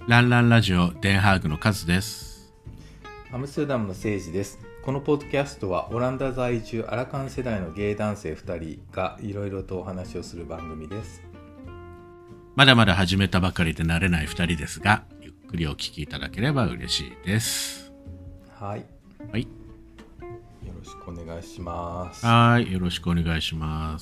ランランラジオデンハーグのカズです。 アムステルダムのセイジです。このポッドキャストはオランダ在住アラカン世代のゲイ男性2人がいろいろとお話をする番組です。 まだまだ始めたばかりで慣れない2人ですが、ゆっくりお聞きいただければ嬉しいです。 はい、 はい、 よろしくお願いします。 はい、よろしくお願いします。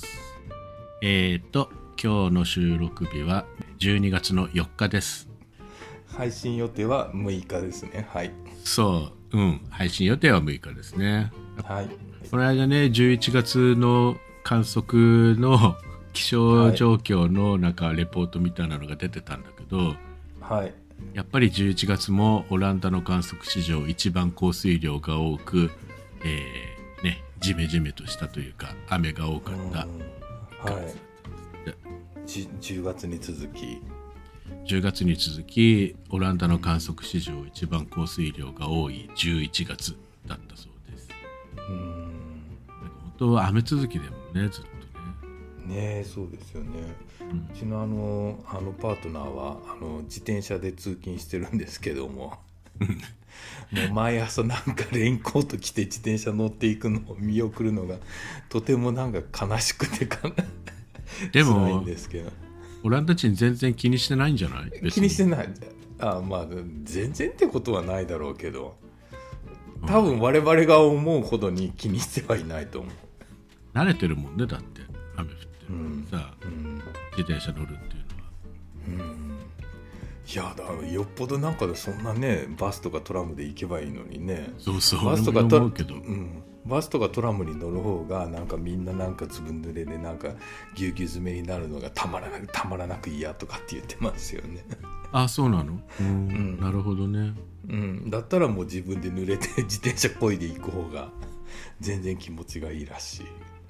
今日の収録日は12月の4日です。 配信予定は6日ですね。はい。 そう、配信予定は6日ですね。 はい。 この間ね、11月の観測の気象状況のなんかレポートみたいなのが出てたんだけど、 はい。 やっぱり11月もオランダの観測史上一番降水量が多く、ジメジメとしたというか雨が多かったはい。10月に続き 10月に続きオランダの観測史上一番降水量が多い11月だったそうです。なんか本当は雨続きでもね、ずっとね。そうですよね。うちのあのパートナーは自転車で通勤してるんですけどももう毎朝なんかレインコート着て自転車乗っていくのを見送るのがとてもなんか悲しくてでも辛いんですけど、 オランダ人全然気にしてないんじゃない？別に気にしてない。まあ全然ってことはないだろうけど、多分我々が思うほどに気にしてはいないと思う。 慣れてるもんね、だって雨降ってるさ、自転車乗るっていうのは。 いやだからよっぽどなんかそんなねバスとかトラムで行けばいいのにね。 そうそう、 バスとか俺も思うけど、 バスとかトラムに乗る方がなんかみんななんかずぶ濡れでなんかぎゅうぎゅう詰めになるのがたまらなく嫌とかって言ってますよね。 あ、そうなの？なるほどね。 だったらもう自分で濡れて自転車漕いで行く方が全然気持ちがいいらしい。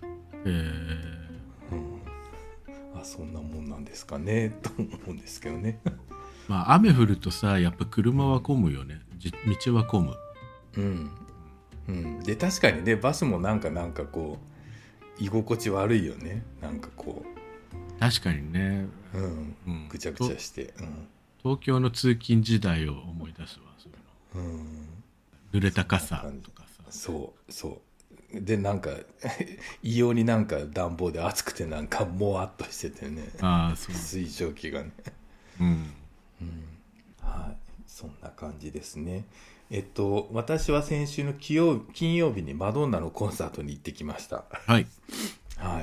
そんなもんなんですかねと思うんですけどね。 まあ雨降るとさ、やっぱ車は混むよね。道は混む。 で確かにね、バスもなんかこう居心地悪いよね。なんかこう確かにね。 ぐちゃぐちゃして、 東京の通勤時代を思い出すわ。そういうの、濡れた傘とかさ。 そうでなんか異様になんか暖房で暑くてなんかもわっとしててね。 そう水蒸気がね。はい、そんな感じですね。私は先週の金曜日にマドンナのコンサートに行ってきました。 はい。 はい。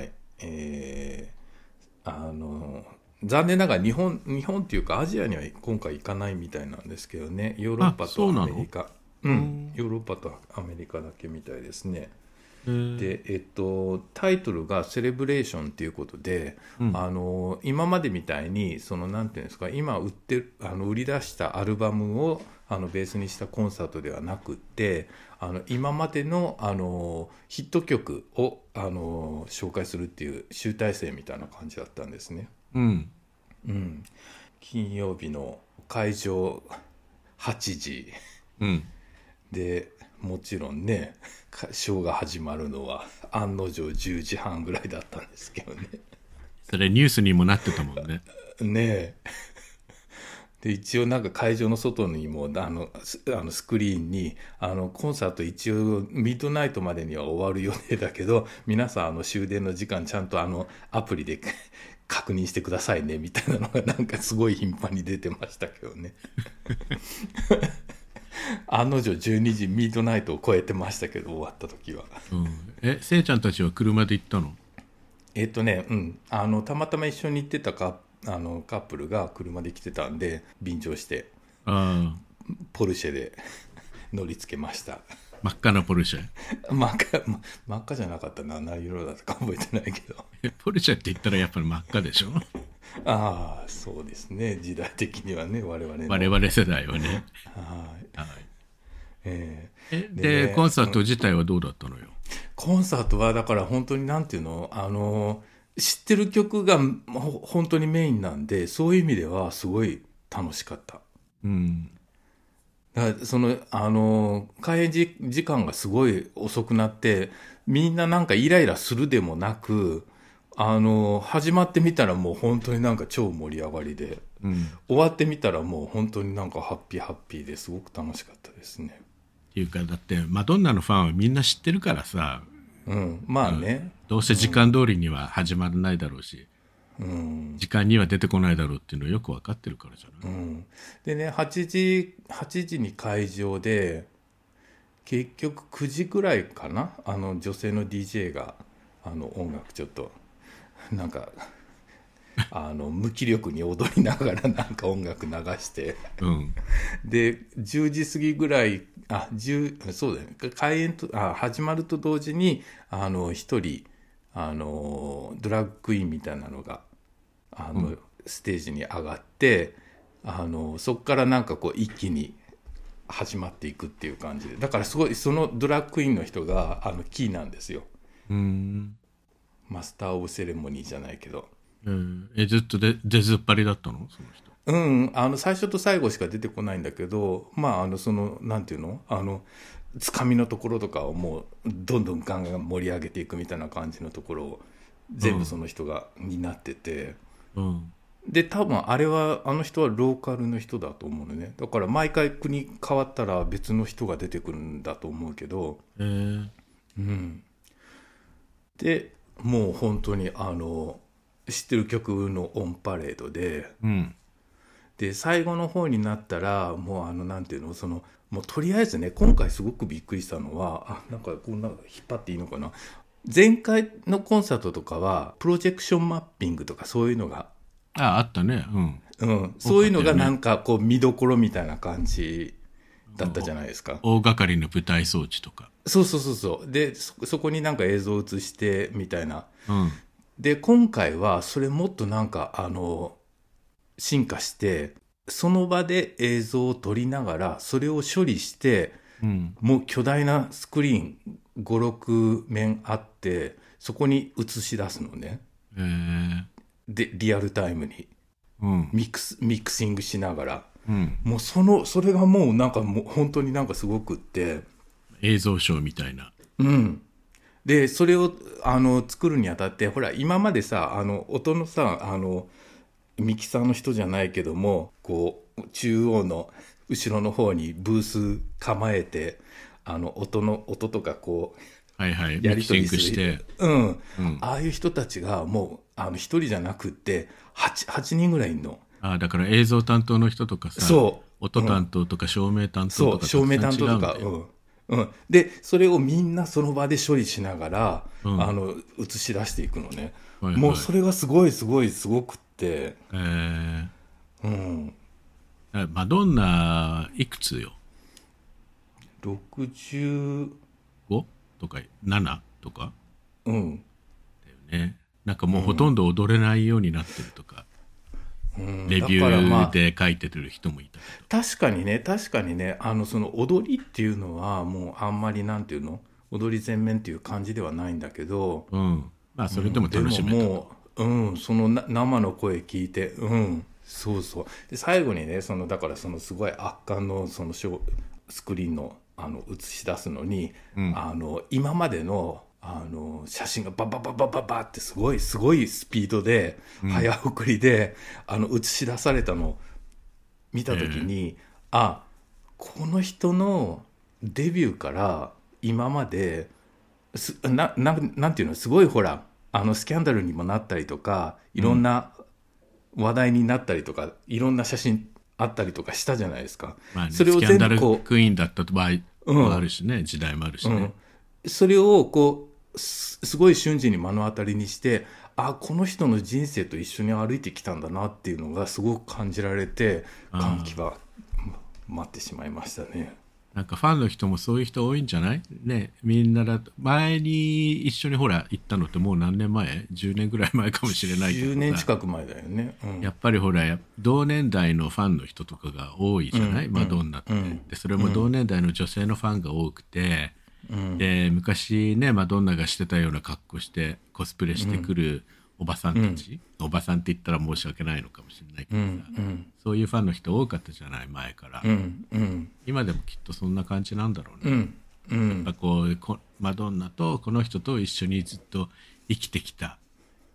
残念ながら日本っていうかアジアには今回行かないみたいなんですけどね。ヨーロッパとアメリカ、ヨーロッパとアメリカだけみたいですね。でタイトルがセレブレーションということで、今までみたいになんていうんですか、今売り出したアルバムをベースにしたコンサートではなくって、今までの、ヒット曲を紹介するっていう集大成みたいな感じだったんですね。金曜日の会場8時、でもちろんねショーが始まるのは案の定10時半ぐらいだったんですけどね。 それニュースにもなってたもんね。 ねえ。で一応なんか会場の外にもスクリーンにコンサート一応ミッドナイトまでには終わる予定だけど、皆さん終電の時間ちゃんとアプリで確認してくださいねみたいなのがなんかすごい頻繁に出てましたけどね。案の定12時ミッドナイトを超えてましたけど、終わった時は。 せいちゃんたちは車で行ったの？ たまたま一緒に行ってたカップルが車で来てたんで便乗してポルシェで乗りつけました。 真っ赤なポルシェ。 真っ赤じゃなかったな、何色だったか覚えてないけど。 ポルシェって言ったらやっぱり真っ赤でしょ。 そうですね、時代的にはね、我 々世代はね。で、コンサート自体はどうだったのよ？ コンサートはだから本当になんていうの、知ってる曲が本当にメインなんで、そういう意味ではすごい楽しかった。だから開演時間がすごい遅くなって、みんななんかイライラするでもなく、 始まってみたらもう本当になんか超盛り上がりで、 うん、 終わってみたらもう本当になんかハッピーですごく楽しかったですね。 っていうかだってマドンナのファンはみんな知ってるからさ、 うん、まあね、 どうせ時間通りには始まらないだろうし、 うん、 時間には出てこないだろうっていうのをよく分かってるからじゃない。 うん、でね8時に会場で結局9時ぐらいかな、女性の DJ が音楽ちょっとなんか無気力に踊りながらなんか音楽流してうん、 で10時過ぎぐらいそうだよね、開演と始まると同時に一人ドラッグクイーンみたいなのがステージに上がってそこからなんかこう一気に始まっていくっていう感じで、だからすごいそのドラッグクイーンの人がキーなんですよ。マスター・オブ・セレモニーじゃないけど、 ずっと出ずっぱりだったのその人。 うん、最初と最後しか出てこないんだけど、まあそのなんていうのつかみのところとかをもうどんどんガンガン盛り上げていくみたいな感じのところを全部その人が担ってて、 うん、 で多分あれは人はローカルの人だと思うのね。だから毎回国変わったら別の人が出てくるんだと思うけど、うん、でもう本当に知ってる曲のオンパレードで、 うん、 で最後の方になったらもうなんていうのもうとりあえずね、今回すごくびっくりしたのはなんかこんな引っ張っていいのかな、前回のコンサートとかはプロジェクションマッピングとかそういうのがあったね、 そういうのがなんかこう見どころみたいな感じだったじゃないですか。 大掛かりの舞台装置とか。 そうでそこになんか映像を映してみたいな、 うん、 で今回はそれもっとなんか進化してその場で映像を撮りながらそれを処理して、もう巨大なスクリーン5、6面あってそこに映し出すのね、でリアルタイムに、ミックシングしながら、もうそれがもうなんかもう本当になんかすごくって映像ショーみたいな。 でそれを作るにあたってほら今までさ音のさミキサーの人じゃないけどもこう中央の後ろの方にブース構えて音とかこうやり取りする、 ミキシングして、 ああいう人たちがもう一人じゃなくって8人ぐらいいんの。 だから映像担当の人とかさ、音担当とか照明担当とか、 照明担当とか、でそれをみんなその場で処理しながら、映し出していくのね、もうそれがすごくって、 マドンナいくつよ ？65 とか7とか、 だよね。なんかもうほとんど踊れないようになってるとか、レビューで書いてる人もいたけど、確かにねその踊りっていうのはもうあんまりなんていうの踊り全面っていう感じではないんだけど、 まあそれでも楽しめた、 でももうその生の声聞いて、そうで最後にねだからすごい圧巻のスクリーンの映し出すのに、今までの写真がババババババってすごいスピードで、早送りで映し出されたのを見た時に、この人のデビューから今までなんていうのすごいほらスキャンダルにもなったりとかいろんな話題になったりとか、いろんな写真あったりとかしたじゃないですか。 それをスキャンダルクイーンだった場合もあるしね、時代もあるしね、 それをこうすごい瞬時に目の当たりにして、この人の人生と一緒に歩いてきたんだなっていうのがすごく感じられて、感極まってしまいましたね。 なんかファンの人もそういう人多いんじゃないね。みんな前に一緒にほら行ったのってもう何年前？10年ぐらい前かもしれないけど、 10年近く前だよね、 やっぱりほら同年代のファンの人とかが多いじゃない、マドンナって、でそれも同年代の女性のファンが多くて、で昔ねマドンナがしてたような格好してコスプレしてくるおばさんたち、おばさんって言ったら申し訳ないのかもしれないけどさ、そういうファンの人多かったじゃない前から、今でもきっとそんな感じなんだろうね、やっぱこうマドンナとこの人と一緒にずっと生きてきた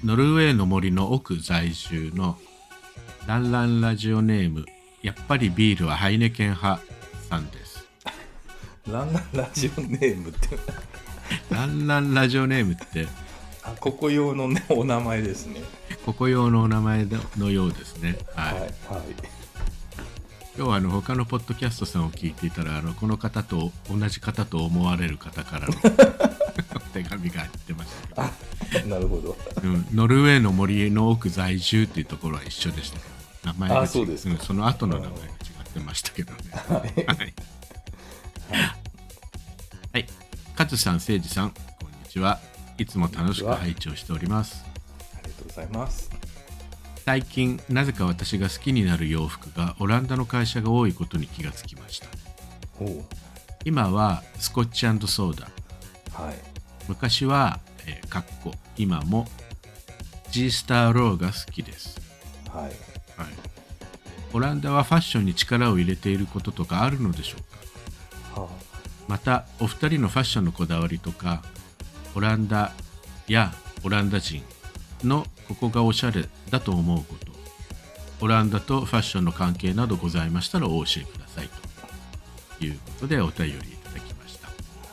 ノルウェーの森の奥在住のランランラジオネーム、やっぱりビールはハイネケン派さんです。 ランランラジオネームってランランラジオネームってここ用のねお名前ですね。 ここ用のお名前のようですね。はい、 はいはい。 今日は他のポッドキャストさんを聞いていたらこの方と同じ方と思われる方からの手紙が入ってましたけどなるほど、 ノルウェーの森の奥在住っていうところは一緒でしたけど、名前がそうです、 その後の名前が違ってましたけどね。はいはい、勝さん、誠司さん、こんにちは。いつも楽しく拝聴しております。 ありがとうございます。 最近なぜか私が好きになる洋服がオランダの会社が多いことに気がつきました。今はスコッチ&ソーダ、はい、昔は、今も G スターローが好きです。はいはい、オランダはファッションに力を入れていることとかあるのでしょうか。またお二人のファッションのこだわりとか、オランダやオランダ人のここがおしゃれだと思うこと、オランダとファッションの関係などございましたらお教えくださいということでお便りいただきました。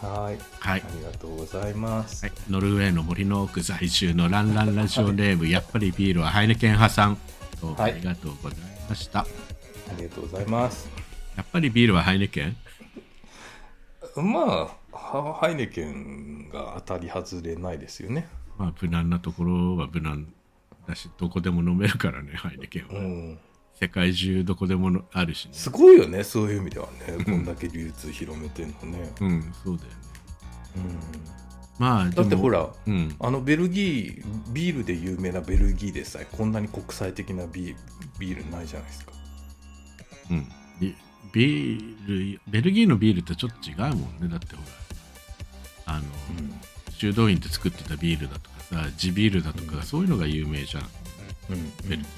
はい、はい、ありがとうございます、 はい、ノルウェーの森の奥在住のランランラジオネーム、やっぱりビールはハイネケン派さん、どうもありがとうございました。 ありがとうございます。 やっぱりビールはハイネケン、 まあハイネケンが当たり外れないですよね。 まあ無難なところは無難だし、どこでも飲めるからね、ハイネケンは、世界中どこでもあるしね。 すごいよね、そういう意味ではね。こんだけ流通広めてるのね。 そうだよね。まあだってほら、ベルギービールで有名なベルギーでさえこんなに国際的なビールないじゃないですか。 ベルギーのビールってちょっと違うもんね。だってほら修道院で作ってたビールだとかさ、地ビールだとか、そういうのが有名じゃん。ベルギ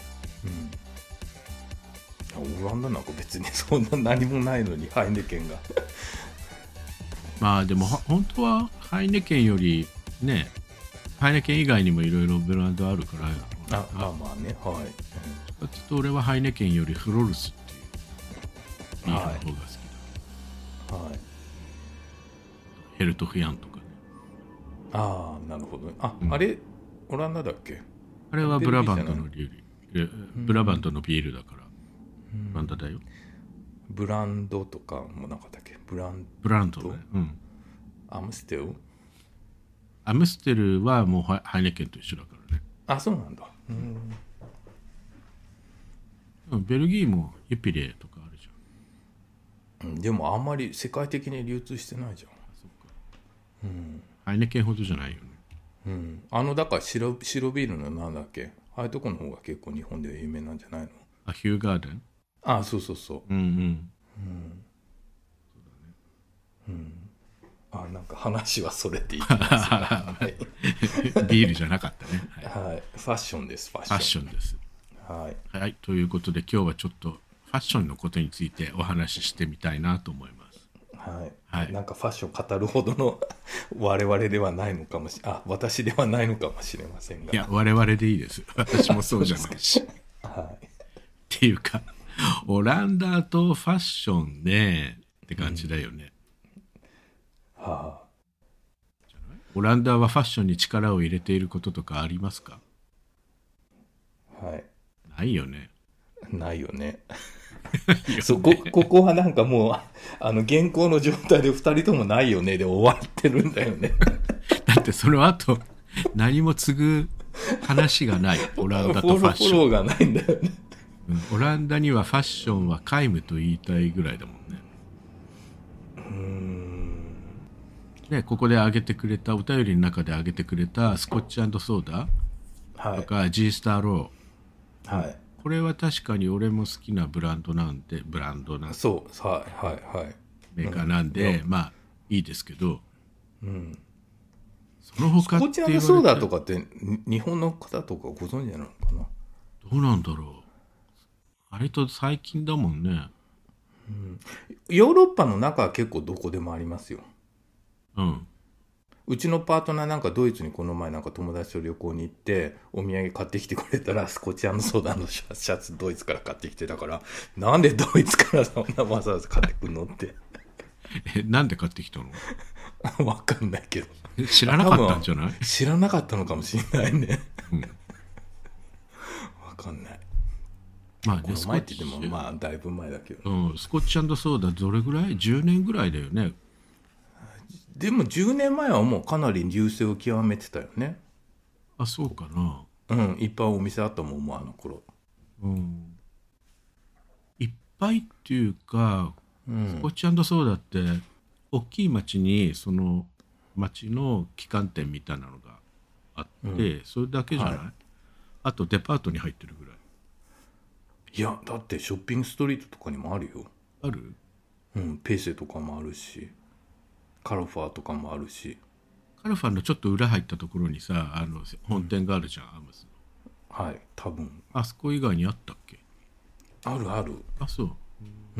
ー、 オランダなんか別にそんな何もないのにハイネケンがまあでも本当はハイネケンよりね、ハイネケン以外にもいろいろブランドあるから、 まあまあね、はい。 ちょっと俺はハイネケンよりフロルスっていうビールの方が好きだ。はい。ヘルトフィアンとかね。 ああ、なるほど。あれオランダだっけ？ あれはブラバントのビール、ブラバントのビールだから、オランダだよ。 ブランドとかもなかったっけ？ブランドね。 アムステル？ アムステルはもうハイネケンと一緒だからね。 あ、そうなんだ。 ベルギーもユピレとかあるじゃん。でもあんまり世界的に流通してないじゃん。そっか。 ハイネケンほどじゃないよね。 だから白ビールのなんだっけ、ああいうとこの方が結構日本では有名なんじゃないの？ ヒューガーデン？ そうそうそう。なんか話はそれていきますが、 ビールじゃなかったね。 はい。ファッションです。 ファッションです。 はい。 はい。ということで今日はちょっとファッションのことについてお話ししてみたいなと思います。 はい。なんかファッション語るほどの我々ではないのかも私ではないのかもしれませんが。 いや、我々でいいです。私もそうじゃないし。はい。っていうか、オランダとファッションねって感じだよね。オランダはファッションに力を入れていることとかありますか？ はい。 ないよね。 ないよね。ここはなんかもう現行の状態で2人ともないよねで終わってるんだよね。 だってその後何も継ぐ話がない。オランダとファッション。 フォローがないんだよね。 オランダにはファッションは皆無と言いたいぐらいだもんね。ね、ここで挙げてくれたお便りの中で挙げてくれたスコッチ&ソーダとか G スターロー、これは確かに俺も好きなブランドなんで、 そうはいメーカーなんで、まあいいですけど、その他ってスコッチ&ソーダとかって日本の方とかご存知なのかな？ どうなんだろう。割と最近だもんね。 ヨーロッパの中は結構どこでもありますよ。 うちのパートナーなんかドイツにこの前なんか友達と旅行に行ってお土産買ってきてくれたらスコッチ&ソーダのシャツドイツから買ってきてたから、なんでドイツからそんなわざわざ買ってくるのってなんで買ってきたの？ わかんないけど知らなかったんじゃない？ 知らなかったのかもしれないね、うん、わかんない。まあね、この前って言ってもまあだいぶ前だけど、 うん、スコッチ&ソーダどれぐらい？10年ぐらいだよね。 でも10年前はもうかなり隆盛を極めてたよね。 あ、そうかな。 うん、いっぱいお店あったもん、もうあの頃。 うん。いっぱいっていうか、 うん、 スコッチ&ソーダって大きい町にその町の旗艦店みたいなのがあって、うん、それだけじゃない、はい、あとデパートに入ってるぐらい。 いやだってショッピングストリートとかにもあるよ。 ある？ うん、ペーセとかもあるしカルファーとかもあるし。 カルファーのちょっと裏入ったところにさ本店があるじゃん、アムスの。はい、多分あそこ以外にあったっけ？ あるある。 あ、そう。 うん。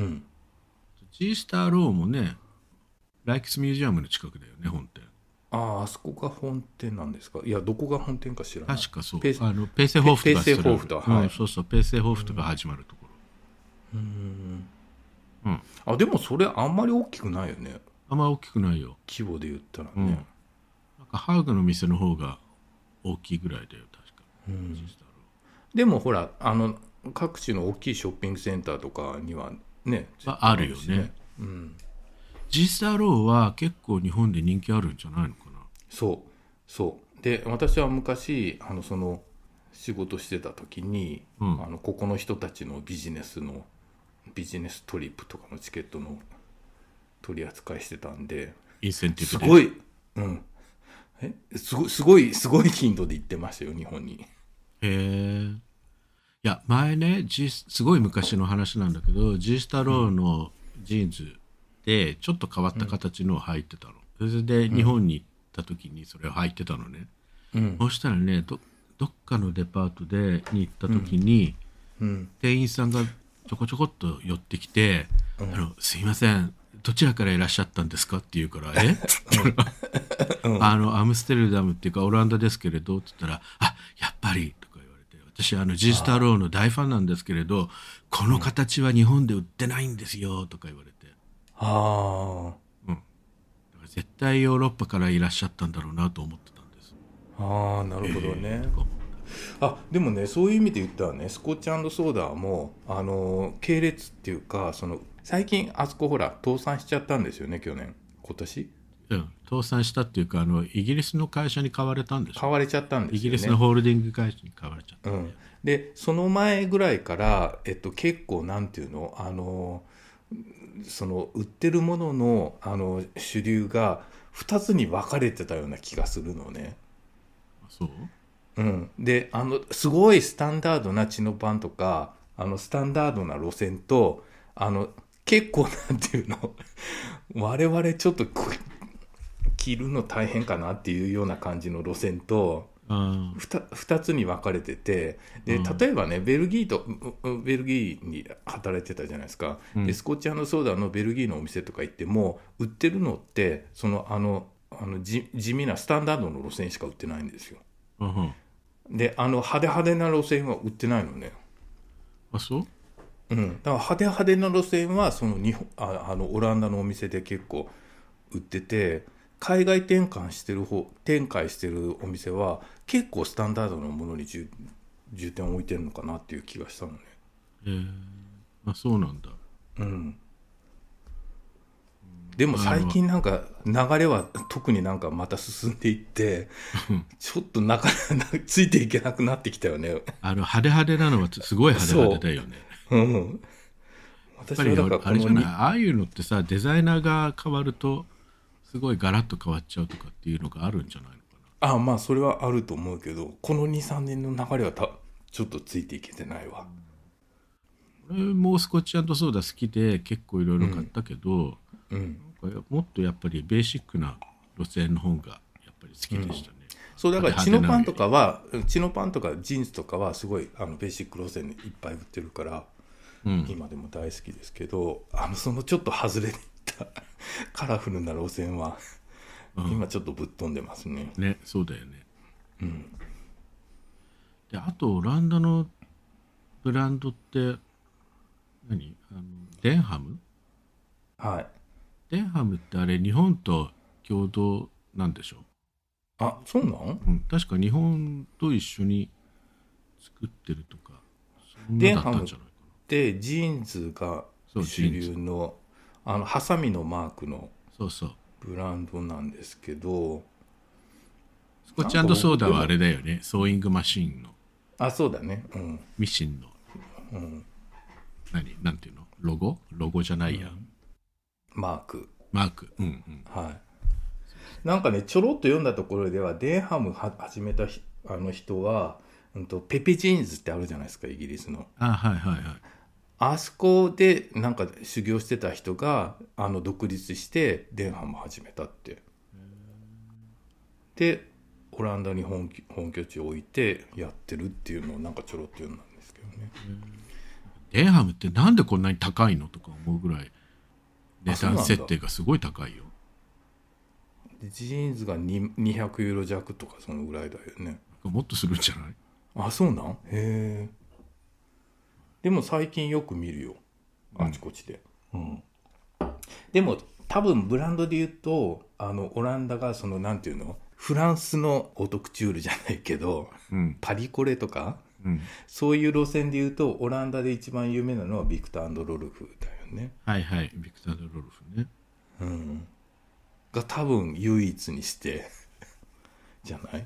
G スターローもね、ライクスミュージアムの近くだよね、本店。 あそこが本店なんですか？いやどこが本店か知らない。 確かそう。ペーセホーフとか。 ペーセホーフと、はい、 そうそう、ペーセホーフとか始まるところ。 うん。あ、でもそれあんまり大きくないよね。 あんまり大きくないよ。 規模で言ったらね。 なんかハーグの店の方が大きいぐらいだよ、確か。 でもほら、各地の大きいショッピングセンターとかにはね、 あるよね。 うん。 G スターローは結構日本で人気あるんじゃないのかな。 そうで、私は昔その仕事してた時に、ここの人たちのビジネストリップとかのチケットの取り扱いしてたんで、 インセンティブで、 すごい、うん、すごい頻度で行ってましたよ、日本に。 へえ。いや前ね、すごい昔の話なんだけど、 G スターローのジーンズでちょっと変わった形のを履いてたの、それで日本に行った時にそれを履いてたのね、そしたらね、どっかのデパートに行った時に、店員さんがちょこちょこっと寄ってきて、すいませんどちらからいらっしゃったんですかって言うから、アムステルダムっていうかオランダですけれどって言ったら、あ、やっぱりとか言われて、私G スターローの大ファンなんですけれど、この形は日本で売ってないんですよとか言われて、絶対ヨーロッパからいらっしゃったんだろうなと思ってたんです。 なるほどね。でもね、そういう意味で言ったらね、スコッチ&ソーダも系列っていうか、最近あそこほら倒産しちゃったんですよね、今年。 倒産したっていうか、イギリスの会社に買われたんですよ。 買われちゃったんですよね。 イギリスのホールディング会社に買われちゃった、 でその前ぐらいから、結構なんていうの、その売ってるものの主流が2つに分かれてたような気がするのね。 そう。 で、すごいスタンダードなチノパンとかスタンダードな路線と結構なんていうの我々ちょっと着るの大変かなっていうような感じの路線と2つに分かれてて、で例えばね、ベルギーに働いてたじゃないですか、でスコッチ&ソーダのベルギーのお店とか行っても売ってるのって地味なスタンダードの路線しか売ってないんですよ、で派手派手な路線は売ってないのね。 あ、そう。 だから派手な路線はオランダのお店で結構売ってて、海外展開してるお店は結構スタンダードなものに重点を置いてるのかなっていう気がしたのね。 そうなんだ。 でも最近なんか流れは特になんかまた進んでいってちょっとなかなかついていけなくなってきたよね。 派手派手なのはすごい派手派手だよね。 私はだからあれじゃない、ああいうのってさ、デザイナーが変わるとすごいガラッと変わっちゃうとかっていうのがあるんじゃないのかな。 まあそれはあると思うけど、この 2,3 年の流れはちょっとついていけてないわ。 俺もスコッチ&ソーダ好きで結構いろいろ買ったけど、なんかもっとやっぱりベーシックな路線の方がやっぱり好きでしたね。 そうだからチノパンとかジーンズとかはすごいベーシック路線でいっぱい売ってるから、今でも大好きですけど、そのちょっと外れていったカラフルな路線は今ちょっとぶっ飛んでますね。 ね、そうだよね。 うん。 で、あとオランダのブランドって何？デンハム？ はい。 デンハムってあれ日本と共同なんでしょ？ あ、そうなん？ うん、確か日本と一緒に作ってるとか、そんなだっデンハムったんじゃないかてジーンズがそう主流のハサミのマークのな。そうそう。 ブランドなんですけど、 スコッチ&ソーダはあれだよね。ソーイングマシーンのあ、そうだね。うん。 ミシンのなんていうの？ロゴじゃないや。 マーク。 マーク。うんうん。 はい。なんかね、ちょろっと読んだところでは、デンハム始めた人は、ペペジーンズってあるじゃないですか、イギリスの。 あ、はいはいはい。 あそこでなんか修行してた人が独立してデンハム始めたって。で、オランダに本拠地を置いてやってるっていうのをなんかちょろっと読んだんですけどね。 デンハムってなんでこんなに高いのとか思うぐらい値段設定がすごい高いよ。 でジーンズが200ユーロ弱とかそのぐらいだよね。 もっとするんじゃない？ あ、そうなん？へえ。でも最近よく見るよ、あちこちで。うん。でも多分ブランドで言うとオランダがそのなんていうの、フランスのオートクチュールじゃないけど、 うん、 パリコレとか、 うん、 そういう路線で言うとオランダで一番有名なのはビクター&ロルフだよね。 はいはい、ビクター&ロルフね。 うん。が多分唯一にしてじゃない？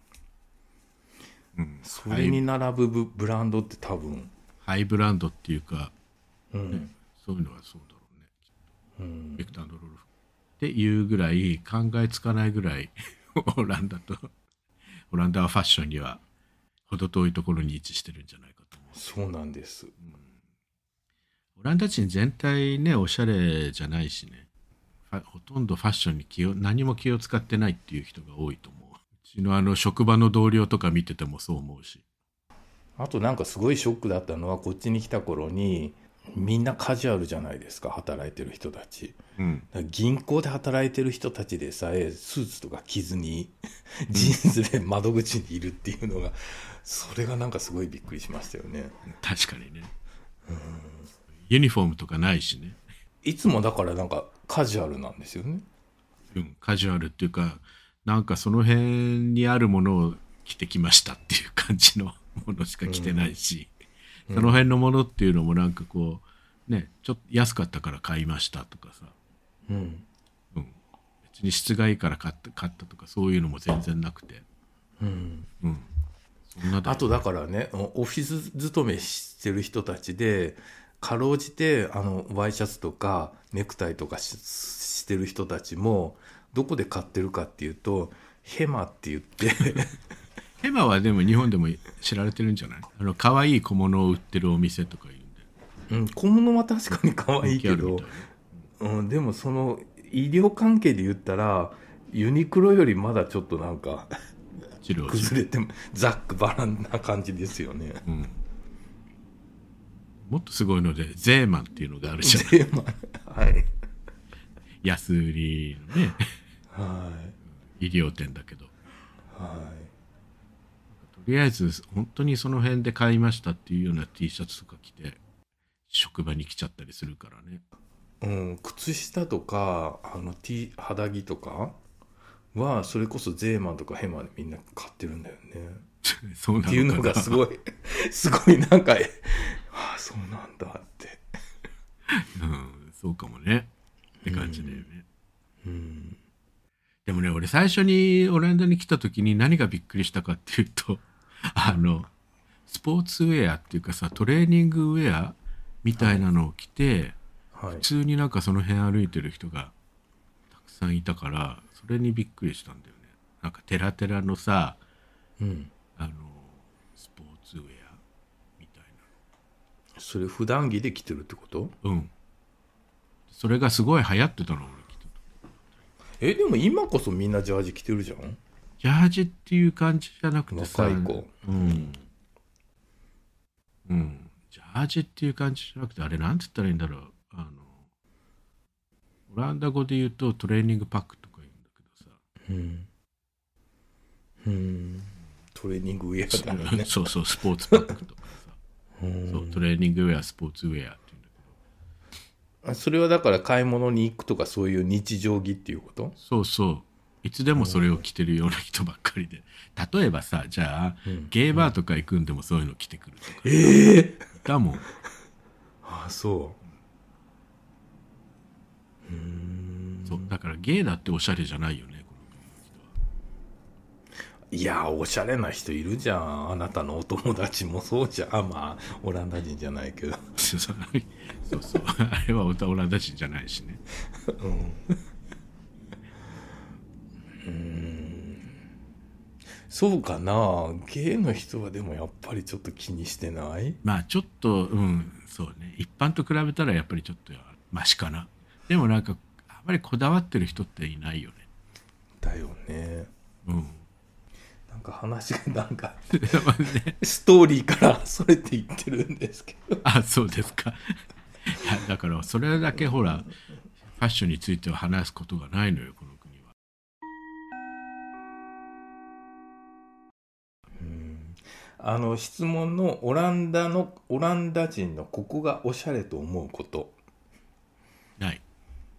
うん。 それに並ぶブランドって多分ハイブランドっていうか、 うんね、そういうのはそうだろうね。 うん。 ビクター&ロルフっていうぐらい考えつかないぐらいオランダはファッションには程遠いところに位置してるんじゃないかと思う。 そうなんです。 オランダ人全体ね、おしゃれじゃないしね、ほとんどファッションに何も気を使ってないっていう人が多いと思う。うちの職場の同僚とか見ててもそう思うし。 あとなんかすごいショックだったのは、こっちに来た頃にみんなカジュアルじゃないですか、働いてる人たち。 うん、 銀行で働いてる人たちでさえスーツとか着ずにジーンズで窓口にいるっていうのが、それがなんかすごいびっくりしましたよね。 確かにね。ユニフォームとかないしね。 いつもだからなんかカジュアルなんですよね。 うん、カジュアルっていうか、なんかその辺にあるものを着てきましたっていう感じのものしか着てないし、その辺のものっていうのもなんかこうね、ちょっと安かったから買いましたとかさ、 うん、 別に質がいいから買ったとかそういうのも全然なくて、 うんうん、そんなあとだからね、オフィス勤めしてる人たちでかろうじてワイシャツとかネクタイとかしてる人たちもどこで買ってるかっていうと、ヘマって言ってヘマはでも日本でも知られてるんじゃない？可愛い小物を売ってるお店とかいうんで。 小物は確かに可愛いけど、でもその医療関係で言ったらユニクロよりまだちょっとなんか崩れてざっくばらんな感じですよね。 うん、もっとすごいのでゼーマンっていうのがあるじゃん。 ゼーマン、はい、 安売りのね、 はい、 医療店だけど、 はい、 とりあえず本当にその辺で買いましたっていうような T シャツとか着て職場に来ちゃったりするからね。 うん、靴下とか肌着とかはそれこそゼーマンとかヘマでみんな買ってるんだよね。 そうなのかなっていうのがすごいすごいなんかああそうなんだって、 うん、そうかもねって感じだよね。でもね、俺最初にオランダに来た時に何がびっくりしたかっていうとスポーツウェアっていうかさ、トレーニングウェアみたいなのを着て、 はい、 普通になんかその辺歩いてる人がたくさんいたから、それにびっくりしたんだよね。なんかテラテラのさ、 うん、 スポーツウェアみたいな。 それ普段着で着てるってこと？ うん。それがすごい流行ってたの、俺着てた。 でも今こそみんなジャージ着てるじゃん。 ジャージっていう感じじゃなくてさ、 若い子、 うんうん、ジャージっていう感じじゃなくて、あれなんて言ったらいいんだろう、オランダ語で言うとトレーニングパックとか言うんだけどさ、 うんトレーニングウェアだもんね。 そうそう、スポーツパックとかさそうトレーニングウェア、スポーツウェアっていうんだけど、 それはだから買い物に行くとかそういう日常着っていうこと？ そうそう、いつでもそれを着てるような人ばっかりで、例えばさ、じゃあ、ゲーバーとか行くんでもそういうの着てくるとか、だもん。 ああそう。 そうだからゲイだっておしゃれじゃないよね、この国の人は。 いやおしゃれな人いるじゃん。あなたのお友達もそうじゃん。まあオランダ人じゃないけどそうそうあれはオランダ人じゃないしね。 そうかな。ゲイの人はでもやっぱりちょっと気にしてない？ まあちょっとそうね、一般と比べたらやっぱりちょっとマシかな。でもなんかあまりこだわってる人っていないよね。 だよね。なんか話がなんかストーリーからそれていってるんですけど。 あ、そうですか。いやだからそれだけほらファッションについては話すことがないのよ、この国は。 質問のオランダ人のここがおしゃれと思うことない。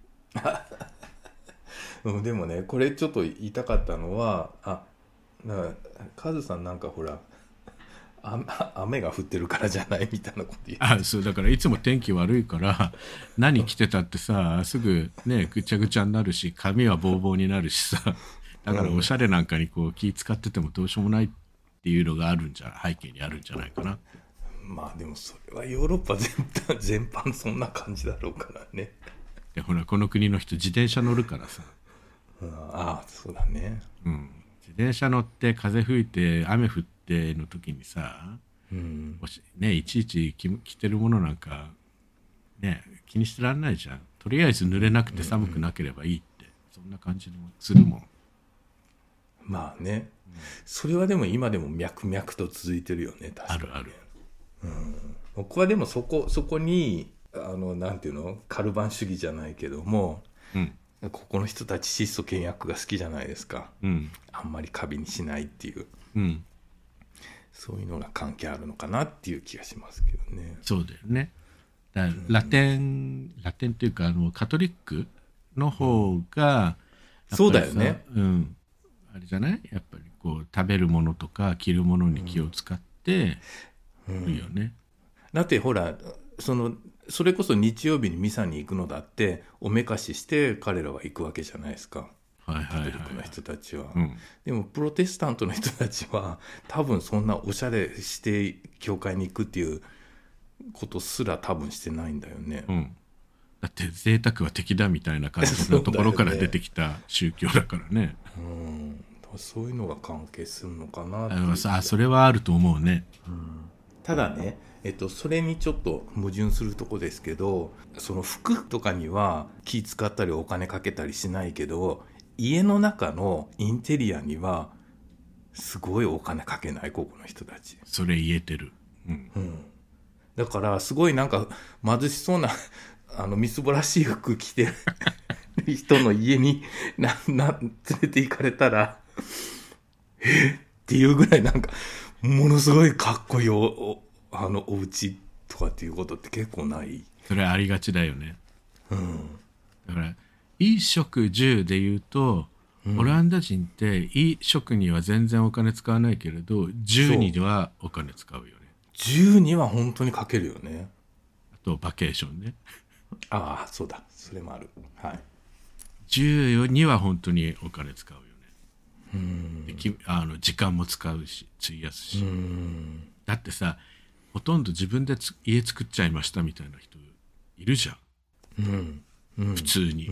でもねこれちょっと言いたかったのはだからカズさんなんかほら雨が降ってるからじゃないみたいなこと言う。 そうだからいつも天気悪いから何着てたってさすぐねぐちゃぐちゃになるし髪はボーボーになるしさ、だからおしゃれなんかにこう気使っててもどうしようもないっていうのがある背景にあるんじゃないかな。 まあでもそれはヨーロッパ全般そんな感じだろうからね。 でほらこの国の人自転車乗るからさ、 そうだね。 自転車乗って風吹いて雨降っての時にさ、いちいち着てるものなんかね気にしてらんないじゃん。とりあえず濡れなくて寒くなければいいって、そんな感じもするもん。 まあね、それはでも今でも脈々と続いてるよね。確かにね。 ある。 僕はでもそこになんていうの、カルバン主義じゃないけども、ここの人たち質素倹約が好きじゃないですか。あんまり過敏にしないっていう、そういうのが関係あるのかなっていう気がしますけどね。 そうだよね。だラテンっていうかカトリックの方が、 そうだよね。 あれじゃない？やっぱりこう食べるものとか着るものに気を使ってるよね。だってほらそれこそ日曜日にミサに行くのだっておめかしして彼らは行くわけじゃないですか。カトリックの人たちは。でもプロテスタントの人たちは多分そんなおしゃれして教会に行くっていうことすら多分してないんだよね。 だって贅沢は敵だみたいな感じのところから出てきた宗教だからね。 そういうのが関係するのかなって。 それはあると思うね。 ただね、それにちょっと矛盾するとこですけど、その服とかには気使ったりお金かけたりしないけど、家の中のインテリアにはすごいお金かけない、ここの人たち。 それ言えてる。 だからすごいなんか貧しそうなみすぼらしい服着てる人の家に連れて行かれたらっていうぐらいなんかものすごいかっこいいお家とかっていうことって結構ない？ それはありがちだよね。だから衣食住で言うと、オランダ人って衣食には全然お金使わないけれど住にはお金使うよね。 住には本当にかけるよね。 あとバケーションね。 そうだ、それもある。 住には本当にお金使うよね。で時間も使うし費やすし。だってさ、ほとんど自分で家作っちゃいましたみたいな人いるじゃん。普通に。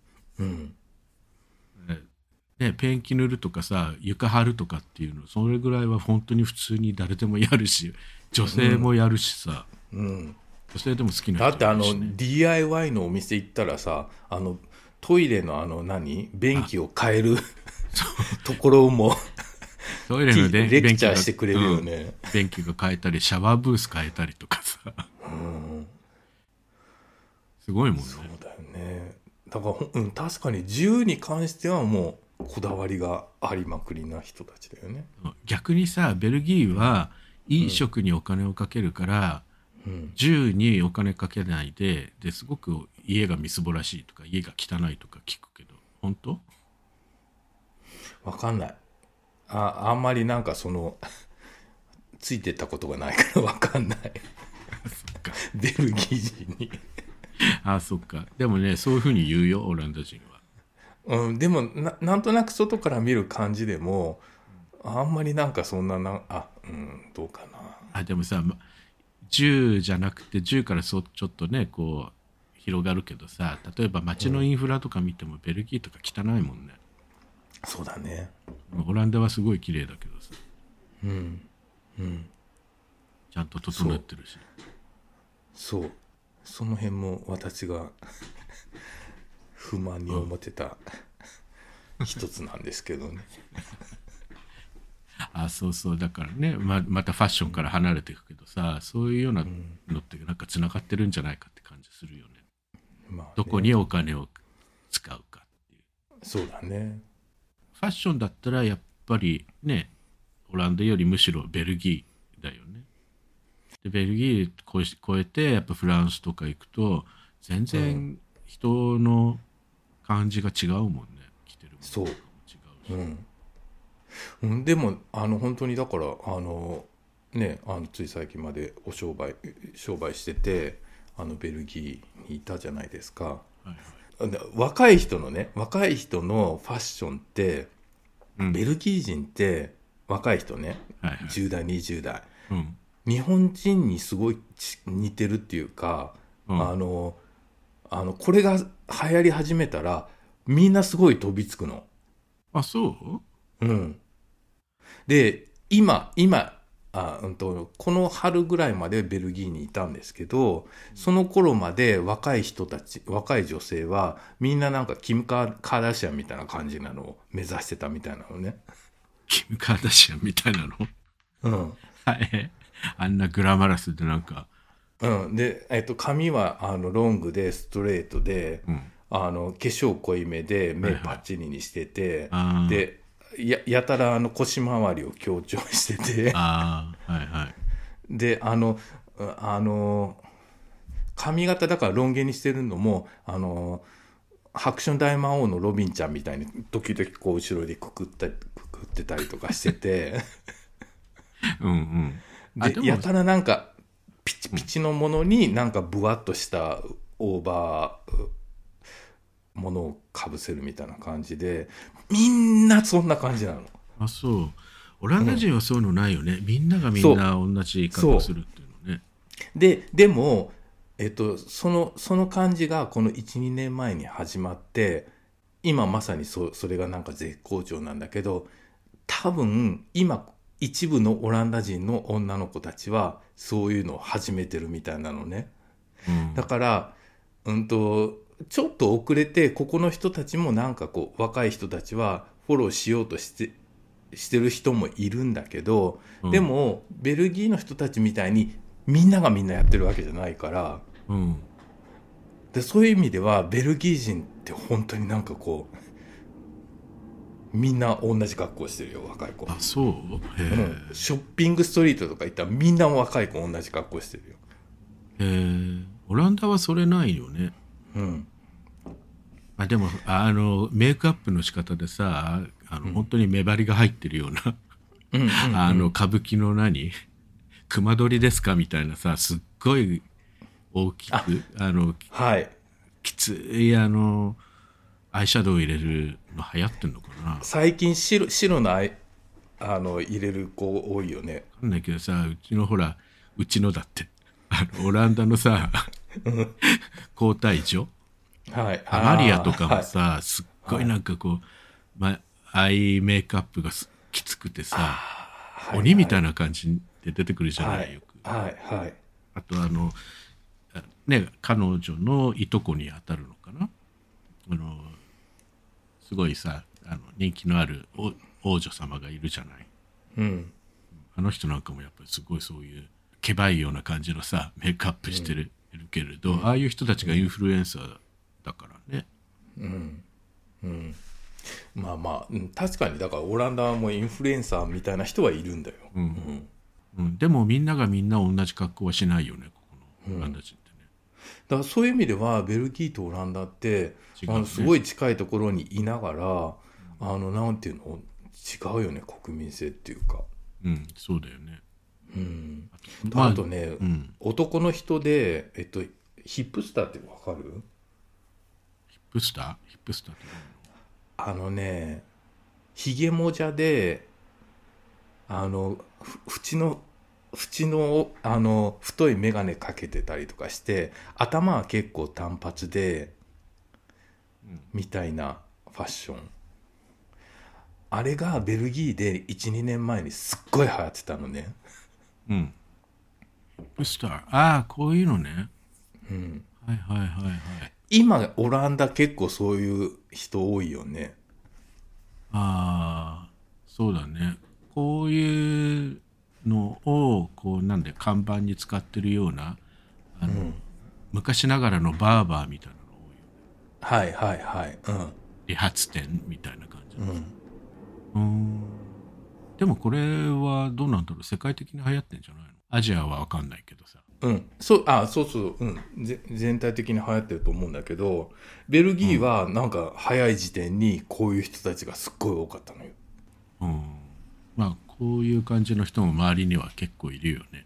ペンキ塗るとかさ、床張るとかっていうの、それぐらいは本当に普通に誰でもやるし、女性もやるしさ。女性でも好きな人いるし、ね、 だってDIY のお店行ったらさ、トイレの便器を変えるところもトイレのレクチャーしてくれるよね。 便器が変えたりシャワーブース変えたりとかさ、すごいもんね。 そうだよね。だから確かに銃に関してはもうこだわりがありまくりな人たちだよね。 逆にさベルギーはいい食にお金をかけるから、銃にお金かけないですごく家がみすぼらしいとか家が汚いとか聞くけど本当？ わかんない。あんまりなんかついてったことがないからわかんない。 そっかベルギー人にそっか。でもねそういうふうに言うよオランダ人は。 でもなんとなく外から見る感じでもあんまりなんかそんなどうかな。 でもさ銃じゃなくて銃からちょっとねこう広がるけどさ、例えば街のインフラとか見てもベルギーとか汚いもんね。 そうだね。 オランダはすごい綺麗だけどさ、ちゃんと整ってるし。 そうその辺も私が不満に思ってた一つなんですけどね。 そうそうだからね、またファッションから離れていくけどさ、そういうようなのってなんかつながってるんじゃないかって感じするよね。どこにお金を使うかっていう。 そうだね。 ファッションだったらやっぱりねオランダよりむしろベルギーだよね。でベルギー超えてやっぱフランスとか行くと全然人の感じが違うもんね。着てるものそう違うし。 でも本当にだからつい最近まで商売しててベルギーにいたじゃないですか。若い人のファッションって、ベルギー人って若い人ね、10代20代、日本人にすごい似てるっていうか、これが流行り始めたらみんなすごい飛びつくの。 そう？ で今この春ぐらいまでベルギーにいたんですけど、その頃まで若い女性はみんななんかキム・カーダシアンみたいな感じなのを目指してたみたいなのね。 キム・カーダシアンみたいなの？あんなグラマラスでなんか。 で、髪はロングでストレートで、化粧濃いめで目パッチリにしてて、でやたら腰回りを強調しててで髪型だからロン毛にしてるのも白春大魔王のロビンちゃんみたいに時々こう後ろでくくってたりとかしててでやたらなんかピチピチのものになんかブワッとしたオーバーものをかぶせるみたいな感じでみんなそんな感じなの。 そうオランダ人はそういうのないよね、みんながみんな同じ格好するっていうのね。 でも、その感じがこの 1,2 年前に始まって今まさにそれがなんか絶好調なんだけど、多分今一部のオランダ人の女の子たちはそういうのを始めてるみたいなのね、だからちょっと遅れてここの人たちもなんかこう若い人たちはフォローしようとしてる人もいるんだけど、でもベルギーの人たちみたいにみんながみんなやってるわけじゃないから、でそういう意味ではベルギー人って本当になんかこうみんな同じ格好してるよ、若い子。 そう？ ショッピングストリートとか行ったらみんな若い子同じ格好してるよ。 オランダはそれないよね。でもメイクアップの仕方でさ本当に目張りが入ってるような歌舞伎の熊取ですかみたいなさ、すっごい大きくきついアイシャドウ入れるの流行ってんのかな。 最近白の入れる子多いよね。 分かんないけどさ、うちのだってオランダのさ皇太子アマリアとかもさ、すっごいなんかこう、アイメイクアップがきつくてさ、鬼みたいな感じで出てくるじゃない、よく。あと彼女のいとこに当たるのかな、すごいさ人気のある王女様がいるじゃない、あの人なんかもやっぱりすごいそういうけばいような感じのさメイクアップしてるけれど、ああいう人たちがインフルエンサーだからね。 まあまあ、確かにだからオランダはもうインフルエンサーみたいな人はいるんだよ、 でもみんながみんな同じ格好はしないよね、ここのオランダ人ってね。 だからそういう意味ではベルギーとオランダってすごい近いところにいながらなんていうの違うよね、国民性っていうか。 そうだよね。 あとね、男の人でヒップスターってわかる？ ヒップスターってひげもじゃで縁の太い眼鏡かけてたりとかして、頭は結構単発で、みたいなファッション。あれがベルギーで 1,2 年前にすっごい流行ってたのね。 ヒップスター、ああこういうのね。はいはいはいはい。 今オランダ結構そういう人多いよね。 ああそうだね。こういうのをこうなんで看板に使ってるような昔ながらのバーバーみたいなの多いよね。 はいはいはい。 理髪店みたいな感じ。でもこれはどうなんだろう、世界的に流行ってんじゃないの？アジアは分かんないけどさ。 そうそう、全体的に流行ってると思うんだけど、ベルギーはなんか早い時点にこういう人たちがすっごい多かったのよ。 まあこういう感じの人も周りには結構いるよね。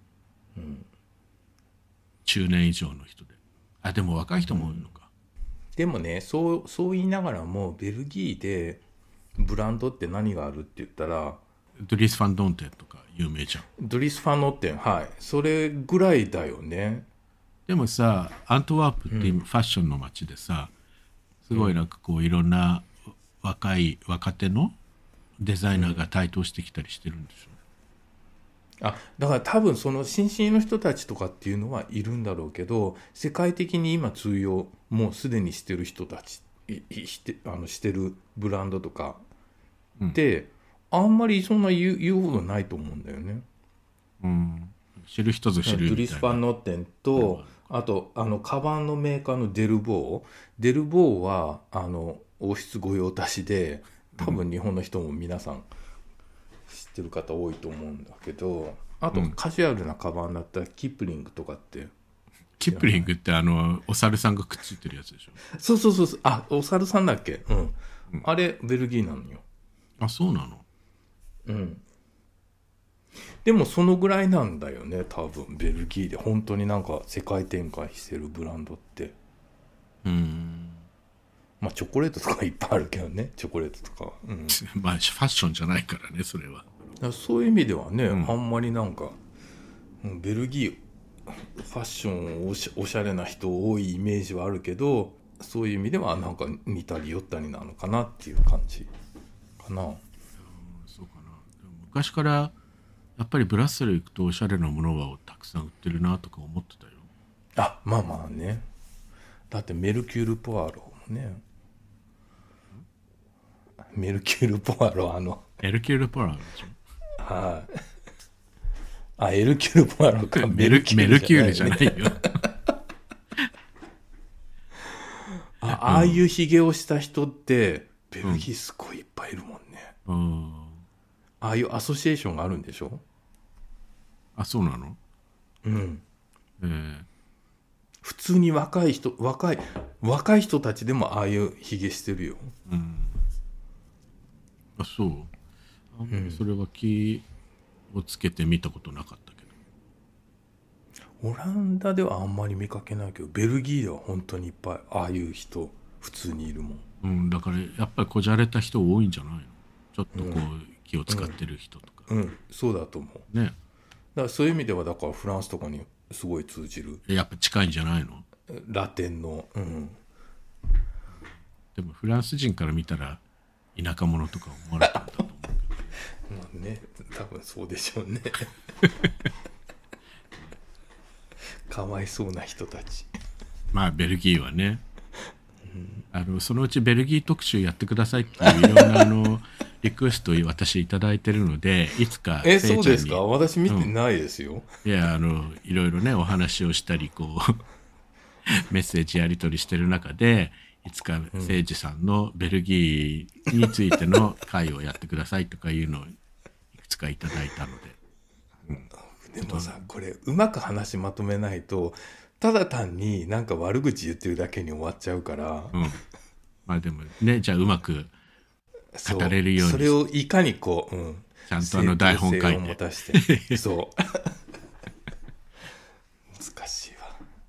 中年以上の人で。でも若い人も多いのか。 でもね、そう言いながらもベルギーでブランドって何があるって言ったら、 ドリス・ファンドンテンとか有名じゃん。 ドリス・ファンドンテン、それぐらいだよね。 でもさ、アントワープってファッションの街でさ、すごいなんかこういろんな若手のデザイナーが台頭してきたりしてるんでしょ。 だから多分その新進の人たちとかっていうのはいるんだろうけど、世界的に今通用もうすでにしてる人たちしてるブランドとかって、あんまりそんな言うほどないと思うんだよね。 知る人ぞ知るみたいな。 ドリス・ファンノッテンと、あとカバンのメーカーのデルボーは王室御用達で、多分日本の人も皆さん知ってる方多いと思うんだけど、あとカジュアルなカバンだったらキプリングとかって。 キプリングってお猿さんがくっついてるやつでしょ。 そうお猿さんだっけ。あれベルギーなのよ。 そうなの。 でもそのぐらいなんだよね、多分ベルギーで本当になんか世界展開してるブランドって。まあチョコレートとかいっぱいあるけどね、チョコレートとかは。 まあファッションじゃないからね、それは。 そういう意味ではね、あんまりなんかベルギーファッションおしゃれな人多いイメージはあるけど、そういう意味ではなんか似たり寄ったりなのかなっていう感じかな。 そうかな。でも昔からやっぱりブラッセル行くとおしゃれなものをたくさん売ってるなとか思ってたよ。 まあまあね。だってメルキュール・ポアロもね。メルキュール・ポアロエルキュール・ポアロでしょ。 エルキュール・ポアロか。 メルキュールじゃないよ。 ああいうひげをした人ってベルギーすごいいっぱいいるもんね。ああいうアソシエーションがあるんでしょ。 そうなの。 普通に若い人たちでもああいうひげしてるよ。 そう。それは気をつけて見たことなかったけど。オランダではあんまり見かけないけど、ベルギーでは本当にいっぱいああいう人普通にいるもん。だからやっぱりこじゃれた人多いんじゃないの。ちょっとこう気を使ってる人とか。 そうだと思う。ね。だからそういう意味ではだからフランスとかにすごい通じる。 やっぱ近いんじゃないの。 ラテンの。 でもフランス人から見たら田舎者とか思われたんだと思うけど。 まあね、多分そうでしょうね。かわいそうな人たち。 まあベルギーはね、そのうちベルギー特集やってくださいっていういろんなリクエストを私いただいてるので、いつかせいちゃんに。そうですか。私見てないですよ。 いやいろいろねお話をしたりこうメッセージやり取りしてる中で、 いつか誠司さんのベルギーについての会をやってくださいとかいうのをいくつかいただいたのでで、 もさこれうまく話まとめないとただ単になんか悪口言ってるだけに終わっちゃうから、 まあでもね、じゃあうまく語れるようにそれをいかにこう、 ちゃんと台本書いて持たしてそう難しいわ。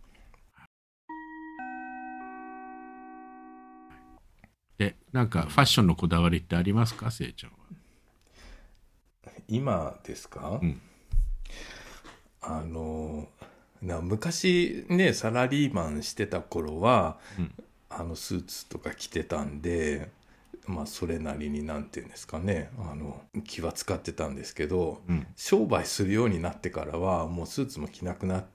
で、なんかファッションのこだわりってありますか、せいちゃんは。 今ですか、昔ねサラリーマンしてた頃は、スーツとか着てたんで、まあそれなりになんていうんですかね、気は使ってたんですけど、商売するようになってからはもうスーツも着なくなって、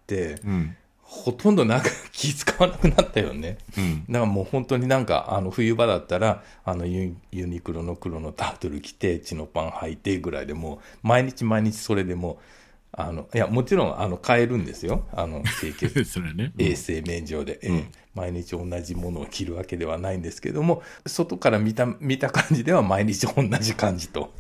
ほとんどなんか気使わなくなったよね。だからもう本当になんか冬場だったらユニクロの黒のタートル着てチノパン履いてぐらいでもう毎日それでもいやもちろん買えるんですよ清潔それね、 衛生面上で、毎日同じものを着るわけではないんですけども、外から見た感じでは毎日同じ感じと、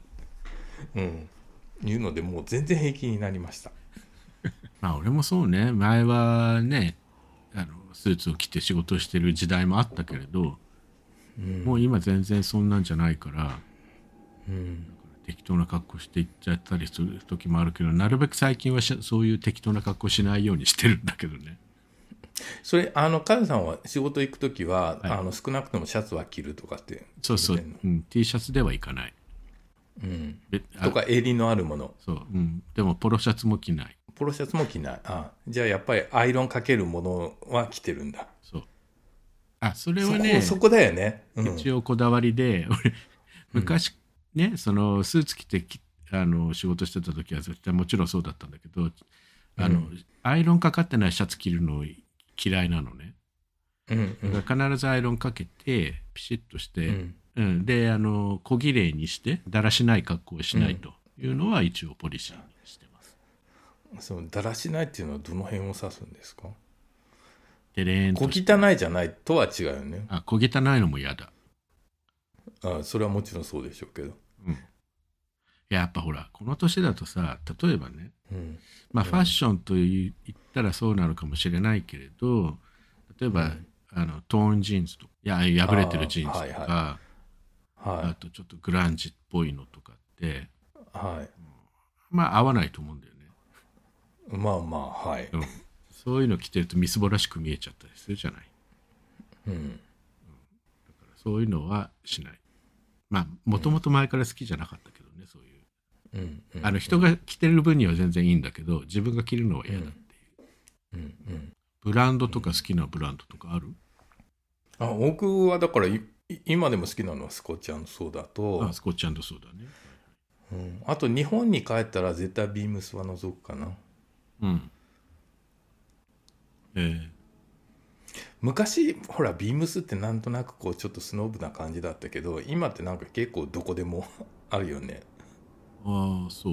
いうのでもう全然平気になりました。 まあ俺もそうね、前はねスーツを着て仕事をしてる時代もあったけれど、もう今全然そんなんじゃないから、適当な格好していっちゃったりする時もあるけど、なるべく最近はそういう適当な格好しないようにしてるんだけどね。 それカズさんは仕事行く時は、少なくともシャツは着るとかってそうそう、T シャツではいかない、 とか襟のあるもの、 そう、でもポロシャツも着ない。 ポロシャツも着ない。じゃあやっぱりアイロンかけるものは着てるんだ。 そう、それはね、 そこだよね、 一応こだわりで、俺昔ね、そのスーツ着て仕事してた時は絶対もちろんそうだったんだけど、アイロンかかってないシャツ着るの嫌いなのね。だから必ずアイロンかけてピシッとして、で小綺麗にしてだらしない格好をしないというのは一応ポリシーにしてます。 そのだらしないっていうのはどの辺を指すんですか？ でれーんと小汚いじゃないとは違うよね。 小汚いのも嫌だ。 それはもちろんそうでしょうけど、 やっぱほらこの年だとさ、例えばね、まあファッションと言ったらそうなのかもしれないけれど、例えば、トーンジーンズとか破れてるジーンズとか、あとちょっとグランジっぽいのとかって、まあ合わないと思うんだよね。そういうの着てるとみすぼらしく見えちゃったりするじゃない。だからそういうのはしない。まあもともと前から好きじゃなかったけどね、そういう、人が着てる分には全然いいんだけど、自分が着るのは嫌だっていう、ブランドとか好きなブランドとかある？ 僕はだから今でも好きなのはスコッチ&ソーダと、 スコッチ&ソーダね、 あと日本に帰ったら絶対ビームスは除くかな。昔ほらビームスってなんとなくこうちょっとスノブな感じだったけど、今ってなんか結構どこでもあるよね。 そう。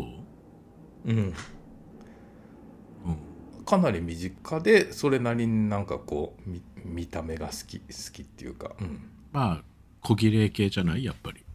かなり身近でそれなりになんかこう見た目が好きっていうか、 まあ小綺麗系じゃないやっぱり。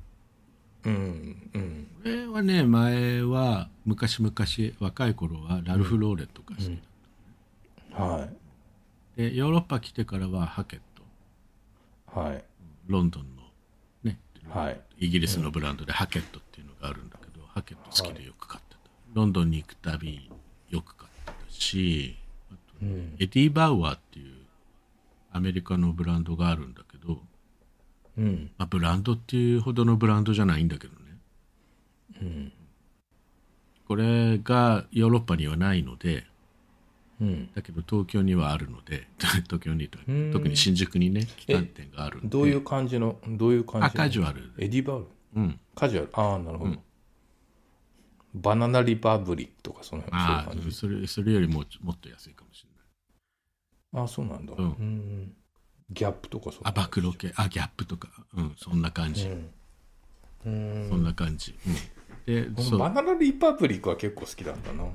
俺はね、前は昔若い頃はラルフ・ローレンとか好きだった、でヨーロッパ来てからはハケット、ロンドンのね、イギリスのブランドでハケットっていうのがあるんだけど、ハケット好きでよく買ってた。ロンドンに行くたびよく買ってたし、あと、エディ・バウアーっていうアメリカのブランドがあるんだけど、ブランドっていうほどのブランドじゃないんだけどね、これがヨーロッパにはないので、だけど東京にはあるので東京に特に新宿にね旗艦店があるんで。 どういう感じのカジュアル。 エディ・バウアー、カジュアル。なるほど、バナナリパブリックとかその辺。 それよりもっと安いかもしれない。 そうなんだ。ギャップとか暴露系、ギャップとか、そんな感じ、そんな感じ、でバナナリパブリックは結構好きだったな。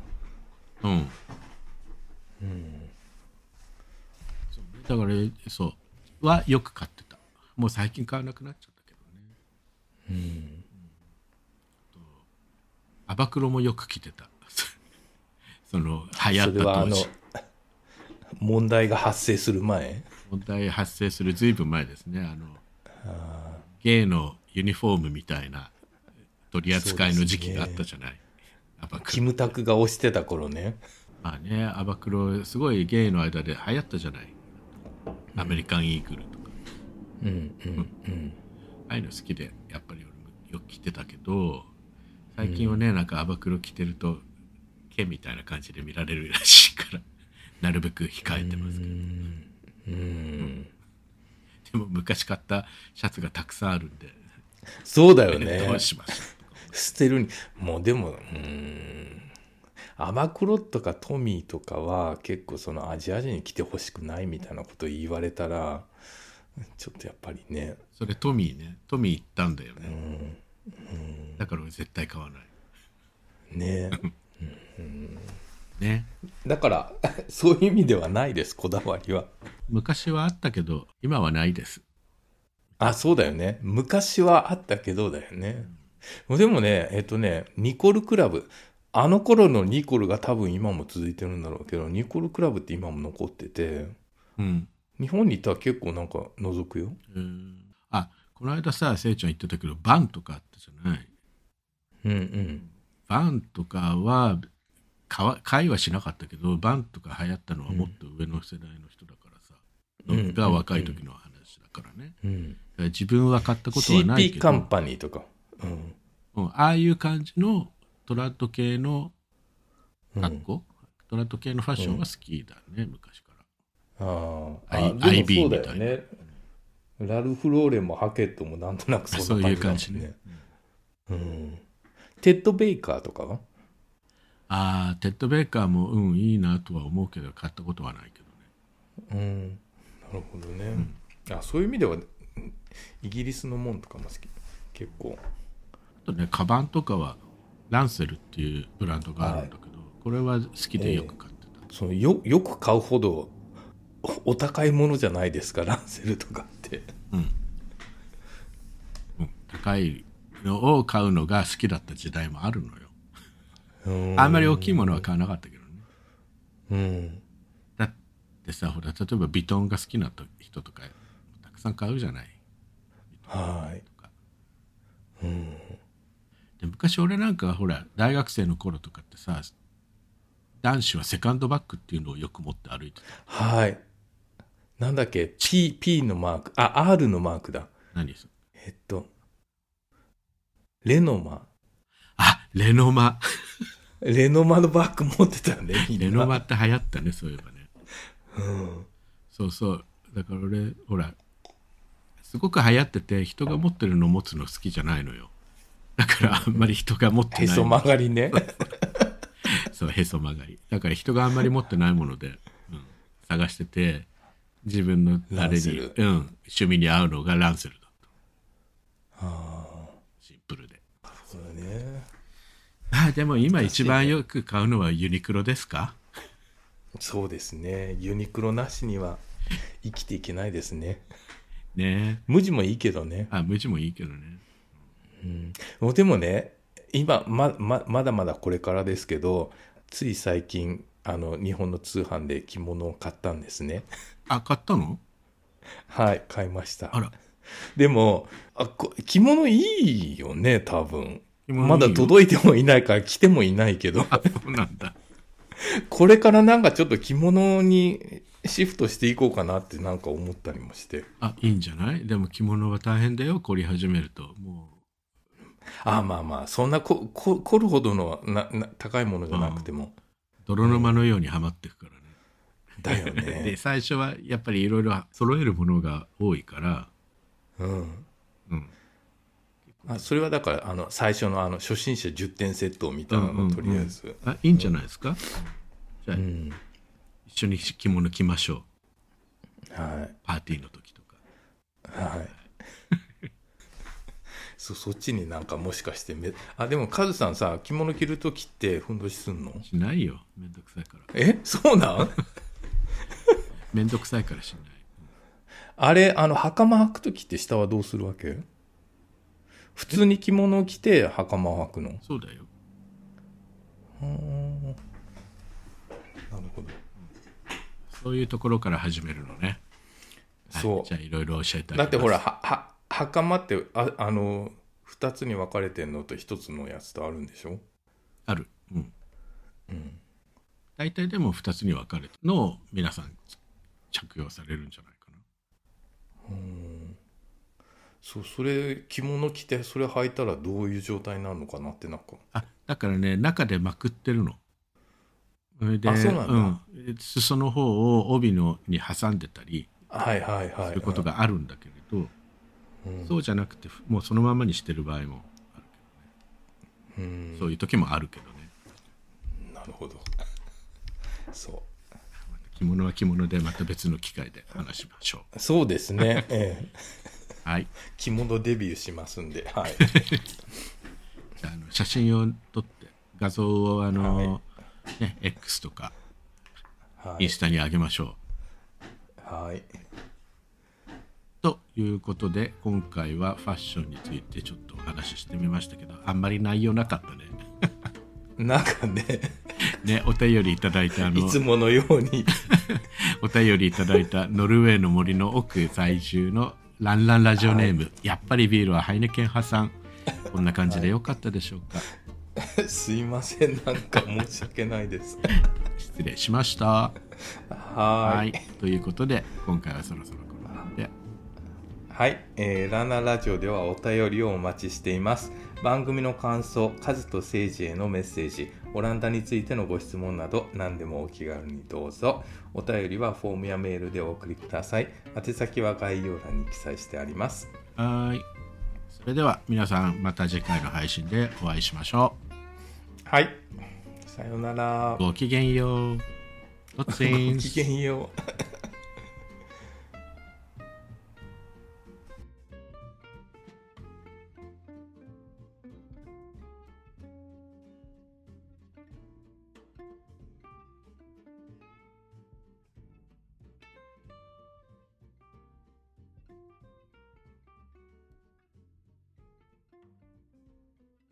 だからそうはよく買ってた。もう最近買わなくなっちゃったけどね。アバクロもよく着てた。その流行った当時。 問題が発生する前。 問題発生するずいぶん前ですね。ゲイのユニフォームみたいな取り扱いの時期があったじゃない。アバクロキムタクが推してた頃ね。 まあね、アバクロすごいゲイの間で流行ったじゃない。アメリカンイーグルとか。ああいうの好きでやっぱり俺もよく着てたけど、最近はね、なんかアバクロ着てると毛みたいな感じで見られるらしいからなるべく控えてますけど。でも昔買ったシャツがたくさんあるんで。 そうだよね。 どうしましょう。捨てるにもうでもアバクロとかトミーとかは結構そのアジア人に来てほしくないみたいなことを言われたらちょっとやっぱりね。 それトミーね。トミー行ったんだよね。だから俺絶対買わない。 ねね。 だからそういう意味ではないです、こだわりは。 昔はあったけど今はないです。 あ、そうだよね。昔はあったけどだよね。でもね、ニコルクラブ。あの頃のニコルが多分今も続いてるんだろうけど、ニコルクラブって今も残ってて、日本にいたら結構なんか覗くよ。 あ、この間さ、せいちゃん言ってたけど、バンとかあったじゃない。バンとかは買いはしなかったけど、バンとか流行ったのはもっと上の世代の人だからさ、が若い時の話だからね。自分は買ったことはないけど CP カンパニーとか、 ああいう感じのトラッド系の格好、トラッド系のファッションは好きだね、昔から。IB みたいな、ね、 ラルフ・ローレンもハケットもなんとなくそんな感じだもんね。そういう感じね。テッド・ベイカーとかは？ テッド・ベイカーもいいなとは思うけど買ったことはないけどね。なるほどね。そういう意味ではイギリスのもんとかも好き。結構。 あとね、カバンとかはランセルっていうブランドがあるんだけど、これは好きでよく買ってた。 そのよく買うほどお高いものじゃないですか、ランセルとかって。 高いのを買うのが好きだった時代もあるのよ。あんまり大きいものは買わなかったけどね。だってさ、ほら、例えばビトンが好きな人とかたくさん買うじゃない。で昔俺なんかほら大学生の頃とかってさ、男子はセカンドバッグっていうのをよく持って歩いてた。 なんだっけ、P のマーク、R のマークだ。 何それ？ レノマ。 レノマ。 レノマのバッグ持ってたよね。 レノマって流行ったね、そういえばね。そうそう。だから俺ほらすごく流行ってて、人が持ってるの持つの好きじゃないのよ。だからあんまり人が持ってない。 へそ曲がりね。 そう、へそ曲がり。だから人があんまり持ってないもので、探してて、自分のあれに、趣味に合うのがランセルだった。シンプルで。 そうだね。 でも今一番よく買うのはユニクロですか？ そうですね。ユニクロなしには生きていけないですね。 無地もいいけどね。 無地もいいけどね。 でもね、今まだまだこれからですけど、つい最近日本の通販で着物を買ったんですね。 買ったの？ はい、買いました。でも着物いいよね、多分。まだ届いてもいないから着てもいないけど。 そうなんだ。 これからなんかちょっと着物にシフトしていこうかなってなんか思ったりもして。 いいんじゃない？でも着物は大変だよ、凝り始めると。もうまあそんな凝るほどの高いものじゃなくても泥沼のようにはまっていくからね。 だよね。 で最初はやっぱりいろいろ揃えるものが多いから。 それはだから最初の初心者10点セットみたいなのとりあえず、 いいんじゃないですか。じゃあ、一緒に着物着ましょう。パーティーの時とか。 そっちになんかもしかしてでもカズさんさ、着物着る時ってふんどしすんの？ しないよ、めんどくさいから。 そうなん？ めんどくさいからしない。 あれ袴履くときって下はどうするわけ？普通に着物を着て袴を履くの？ そうだよ。 なるほど。 そういうところから始めるのね。 そう、 はい、じゃあいろいろ教えてあげます。 だってほら袴って2つに分かれてんのと1つのやつとあるんでしょ？ ある。大体でも2つに分かれてのを皆さん着用されるんじゃないかな。 そう、それ着物着てそれ履いたらどういう状態になるのかなってなんか。 だからね、中でまくってるの。で、 そうなんだ。 裾の方を帯のに挟んでたりすることがあるんだけれど、そうじゃなくてもうそのままにしてる場合もあるけどね。そういう時もあるけどね。 なるほど。そう。 着物は着物でまた別の機会で話しましょう。 そうですね。 はい。 着物デビューしますんで。はい。 じゃあ写真を撮って画像をね、X とかインスタに上げましょう。はい。 ということで今回はファッションについてちょっとお話ししてみましたけど、あんまり内容なかったね。 なんかね。 ね、お便りいただいたいつものようにお便りいただいたノルウェーの森の奥在住のランランラジオネーム、やっぱりビールはハイネケン派さん、こんな感じでよかったでしょうか？ すいません、なんか申し訳ないです失礼しました。 はい、 ということで今回はそろそろこの辺で。 はい、ランナーラジオではお便りをお待ちしています。番組の感想、カズとセイジへのメッセージ、オランダについてのご質問など何でもお気軽にどうぞ。お便りはフォームやメールでお送りください。宛先は概要欄に記載してあります。 はい、それでは皆さんまた次回の配信でお会いしましょう。 はい、さようなら。 ごきげんよう。 ごきげんよう